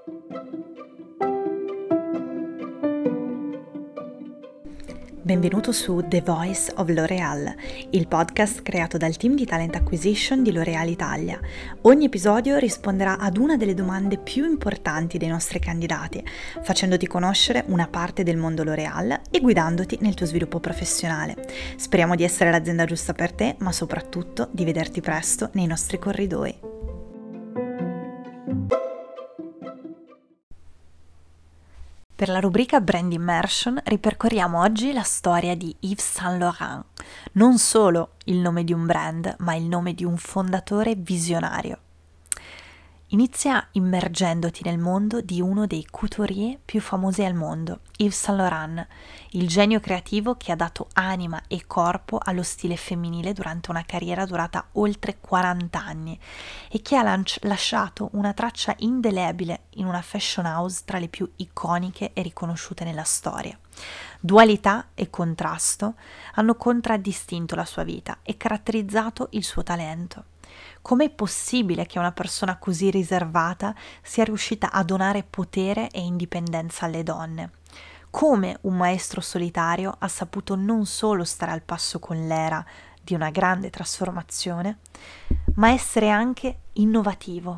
Benvenuto su The Voice of L'Oréal, il podcast creato dal team di Talent Acquisition di L'Oréal Italia. Ogni episodio risponderà ad una delle domande più importanti dei nostri candidati, facendoti conoscere una parte del mondo L'Oréal e guidandoti nel tuo sviluppo professionale. Speriamo di essere l'azienda giusta per te, ma soprattutto di vederti presto nei nostri corridoi. Per la rubrica Brand Immersion ripercorriamo oggi la storia di Yves Saint Laurent, non solo il nome di un brand, ma il nome di un fondatore visionario. Inizia immergendoti nel mondo di uno dei couturier più famosi al mondo, Yves Saint Laurent, il genio creativo che ha dato anima e corpo allo stile femminile durante una carriera durata oltre 40 anni e che ha lasciato una traccia indelebile in una fashion house tra le più iconiche e riconosciute nella storia. Dualità e contrasto hanno contraddistinto la sua vita e caratterizzato il suo talento. Com'è possibile che una persona così riservata sia riuscita a donare potere e indipendenza alle donne? Come un maestro solitario ha saputo non solo stare al passo con l'era di una grande trasformazione, ma essere anche innovativo.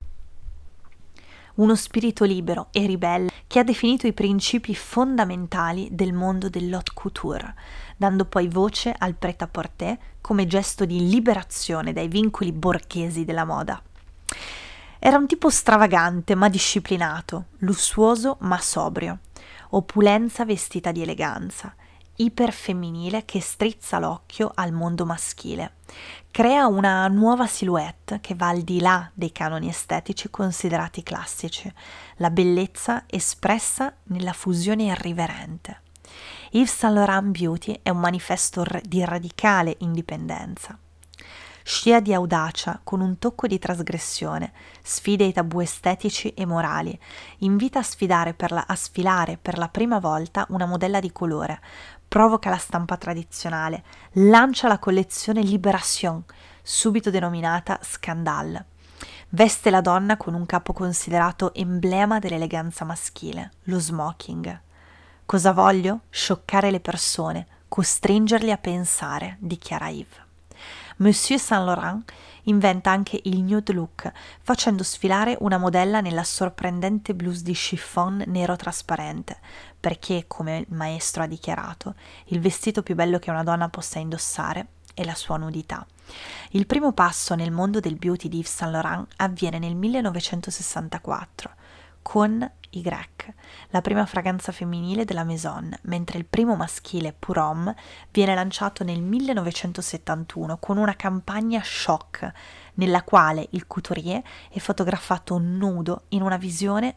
Uno spirito libero e ribelle che ha definito i principi fondamentali del mondo dell'haute couture, dando poi voce al prêt-à-porter come gesto di liberazione dai vincoli borghesi della moda. Era un tipo stravagante ma disciplinato, lussuoso ma sobrio, opulenza vestita di eleganza, iperfemminile che strizza l'occhio al mondo maschile. Crea una nuova silhouette che va al di là dei canoni estetici considerati classici, la bellezza espressa nella fusione irriverente. Yves Saint Laurent Beauty è un manifesto di radicale indipendenza. Scia di audacia con un tocco di trasgressione, sfida i tabù estetici e morali, invita a sfilare per la prima volta una modella di colore, provoca la stampa tradizionale, lancia la collezione Libération, subito denominata Scandale. Veste la donna con un capo considerato emblema dell'eleganza maschile, lo smoking. Cosa voglio? Scioccare le persone, costringerli a pensare, dichiara Yves. Monsieur Saint Laurent inventa anche il nude look, facendo sfilare una modella nella sorprendente blouse di chiffon nero trasparente, perché, come il maestro ha dichiarato, il vestito più bello che una donna possa indossare è la sua nudità. Il primo passo nel mondo del beauty di Yves Saint Laurent avviene nel 1964, con Y, la prima fragranza femminile della Maison, mentre il primo maschile Pour Homme viene lanciato nel 1971 con una campagna shock nella quale il couturier è fotografato nudo in una visione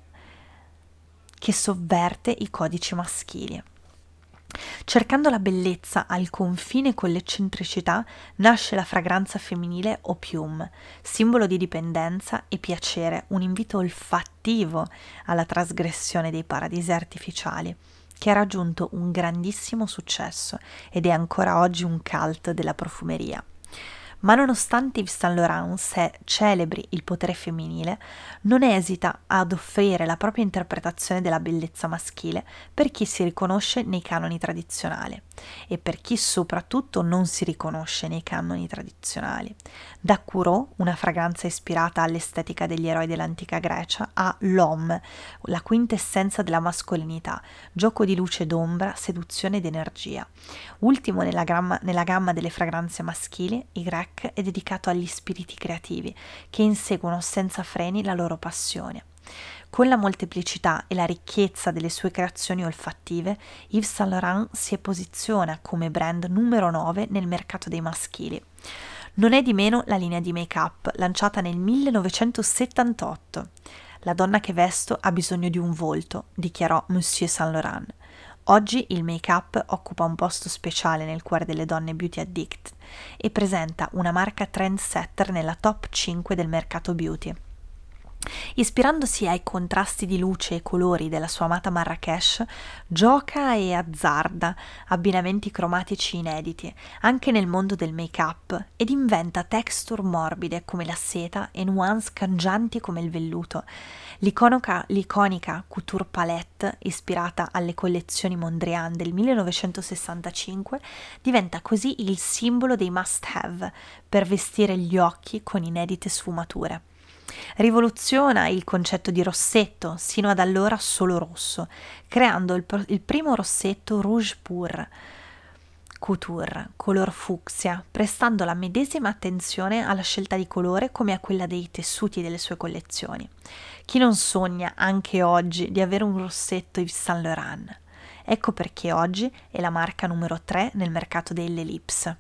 che sovverte i codici maschili. Cercando la bellezza al confine con l'eccentricità, nasce la fragranza femminile Opium, simbolo di dipendenza e piacere, un invito olfattivo alla trasgressione dei paradisi artificiali, che ha raggiunto un grandissimo successo ed è ancora oggi un cult della profumeria. Ma nonostante Yves Saint Laurent celebri il potere femminile, non esita ad offrire la propria interpretazione della bellezza maschile per chi si riconosce nei canoni tradizionali e per chi soprattutto non si riconosce nei canoni tradizionali. Da Courot, una fragranza ispirata all'estetica degli eroi dell'antica Grecia, a L'Homme, la quintessenza della mascolinità, gioco di luce ed ombra, seduzione ed energia. Ultimo nella gamma delle fragranze maschili, i Grec è dedicato agli spiriti creativi che inseguono senza freni la loro passione. Con la molteplicità e la ricchezza delle sue creazioni olfattive, Yves Saint Laurent si posiziona come brand numero 9 nel mercato dei maschili. Non è di meno la linea di make-up lanciata nel 1978. La donna che vesto ha bisogno di un volto, dichiarò Monsieur Saint Laurent. Oggi il make-up occupa un posto speciale nel cuore delle donne beauty addict e presenta una marca trendsetter nella top 5 del mercato beauty. Ispirandosi ai contrasti di luce e colori della sua amata Marrakech, gioca e azzarda abbinamenti cromatici inediti anche nel mondo del make-up ed inventa texture morbide come la seta e nuance cangianti come il velluto. L'iconica Couture Palette, ispirata alle collezioni Mondrian del 1965, diventa così il simbolo dei must-have per vestire gli occhi con inedite sfumature. Rivoluziona il concetto di rossetto, sino ad allora solo rosso, creando il primo rossetto Rouge Pur Couture, color fucsia, prestando la medesima attenzione alla scelta di colore come a quella dei tessuti delle sue collezioni. Chi non sogna anche oggi di avere un rossetto Yves Saint Laurent? Ecco perché oggi è la marca numero 3 nel mercato delle lips.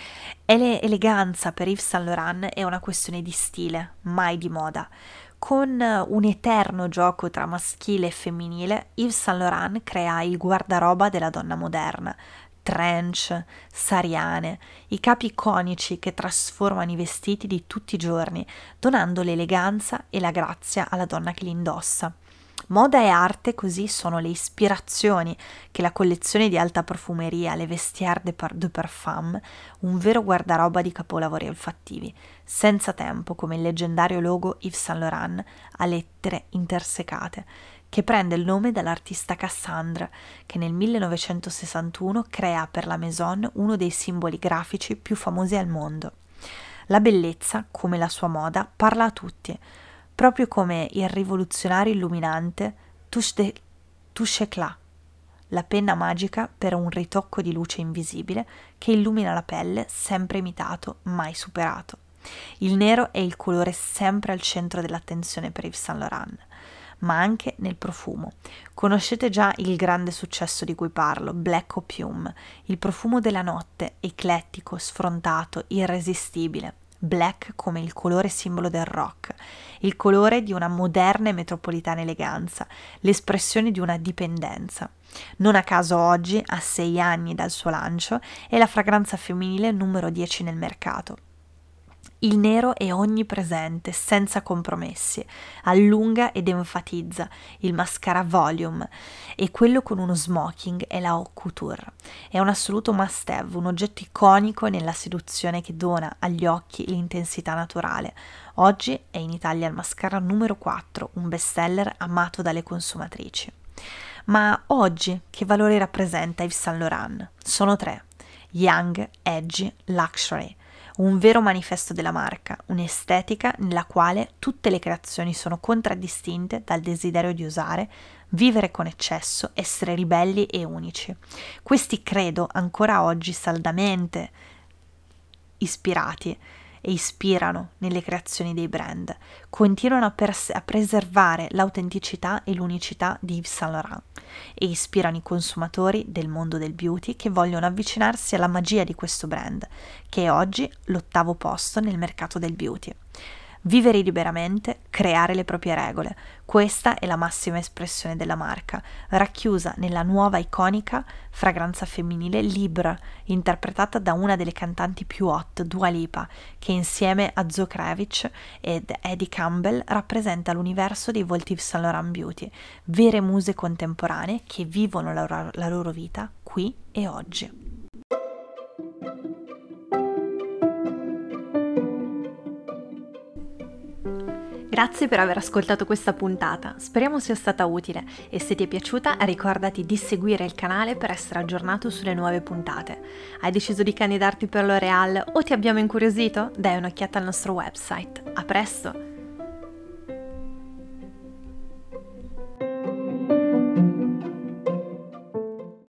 Eleganza per Yves Saint Laurent è una questione di stile, mai di moda. Con un eterno gioco tra maschile e femminile, Yves Saint Laurent crea il guardaroba della donna moderna. Trench, sariane, i capi iconici che trasformano i vestiti di tutti i giorni, donando l'eleganza e la grazia alla donna che li indossa. Moda e arte così sono le ispirazioni che la collezione di alta profumeria Le Vestiaires de Parfum, un vero guardaroba di capolavori olfattivi, senza tempo come il leggendario logo Yves Saint Laurent a lettere intersecate, che prende il nome dall'artista Cassandre, che nel 1961 crea per la Maison uno dei simboli grafici più famosi al mondo. La bellezza, come la sua moda, parla a tutti, proprio come il rivoluzionario illuminante Touche Éclat, la penna magica per un ritocco di luce invisibile che illumina la pelle, sempre imitato, mai superato. Il nero è il colore sempre al centro dell'attenzione per Yves Saint Laurent, ma anche nel profumo. Conoscete già il grande successo di cui parlo, Black Opium, il profumo della notte, eclettico, sfrontato, irresistibile. Black come il colore simbolo del rock, il colore di una moderna e metropolitana eleganza, l'espressione di una dipendenza. Non a caso oggi, a 6 anni dal suo lancio, è la fragranza femminile numero 10 nel mercato. Il nero è onnipresente, senza compromessi, allunga ed enfatizza il mascara volume e quello con uno smoking è la haute couture. È un assoluto must have, un oggetto iconico nella seduzione che dona agli occhi l'intensità naturale. Oggi è in Italia il mascara numero 4, un bestseller amato dalle consumatrici. Ma oggi che valore rappresenta Yves Saint Laurent? Sono 3: young, edgy, luxury. Un vero manifesto della marca, un'estetica nella quale tutte le creazioni sono contraddistinte dal desiderio di usare, vivere con eccesso, essere ribelli e unici. Questi credo ancora oggi saldamente ispirati e ispirano nelle creazioni dei brand, continuano a preservare l'autenticità e l'unicità di Yves Saint Laurent e ispirano i consumatori del mondo del beauty che vogliono avvicinarsi alla magia di questo brand, che è oggi l'8° posto nel mercato del beauty. Vivere liberamente, creare le proprie regole, questa è la massima espressione della marca, racchiusa nella nuova iconica fragranza femminile Libre, interpretata da una delle cantanti più hot, Dua Lipa, che insieme a Zoe Kravitz ed Eddie Campbell rappresenta l'universo dei volti Yves Saint Laurent Beauty, vere muse contemporanee che vivono la loro vita qui e oggi. Grazie per aver ascoltato questa puntata, speriamo sia stata utile e se ti è piaciuta ricordati di seguire il canale per essere aggiornato sulle nuove puntate. Hai deciso di candidarti per L'Oréal o ti abbiamo incuriosito? Dai un'occhiata al nostro website. A presto!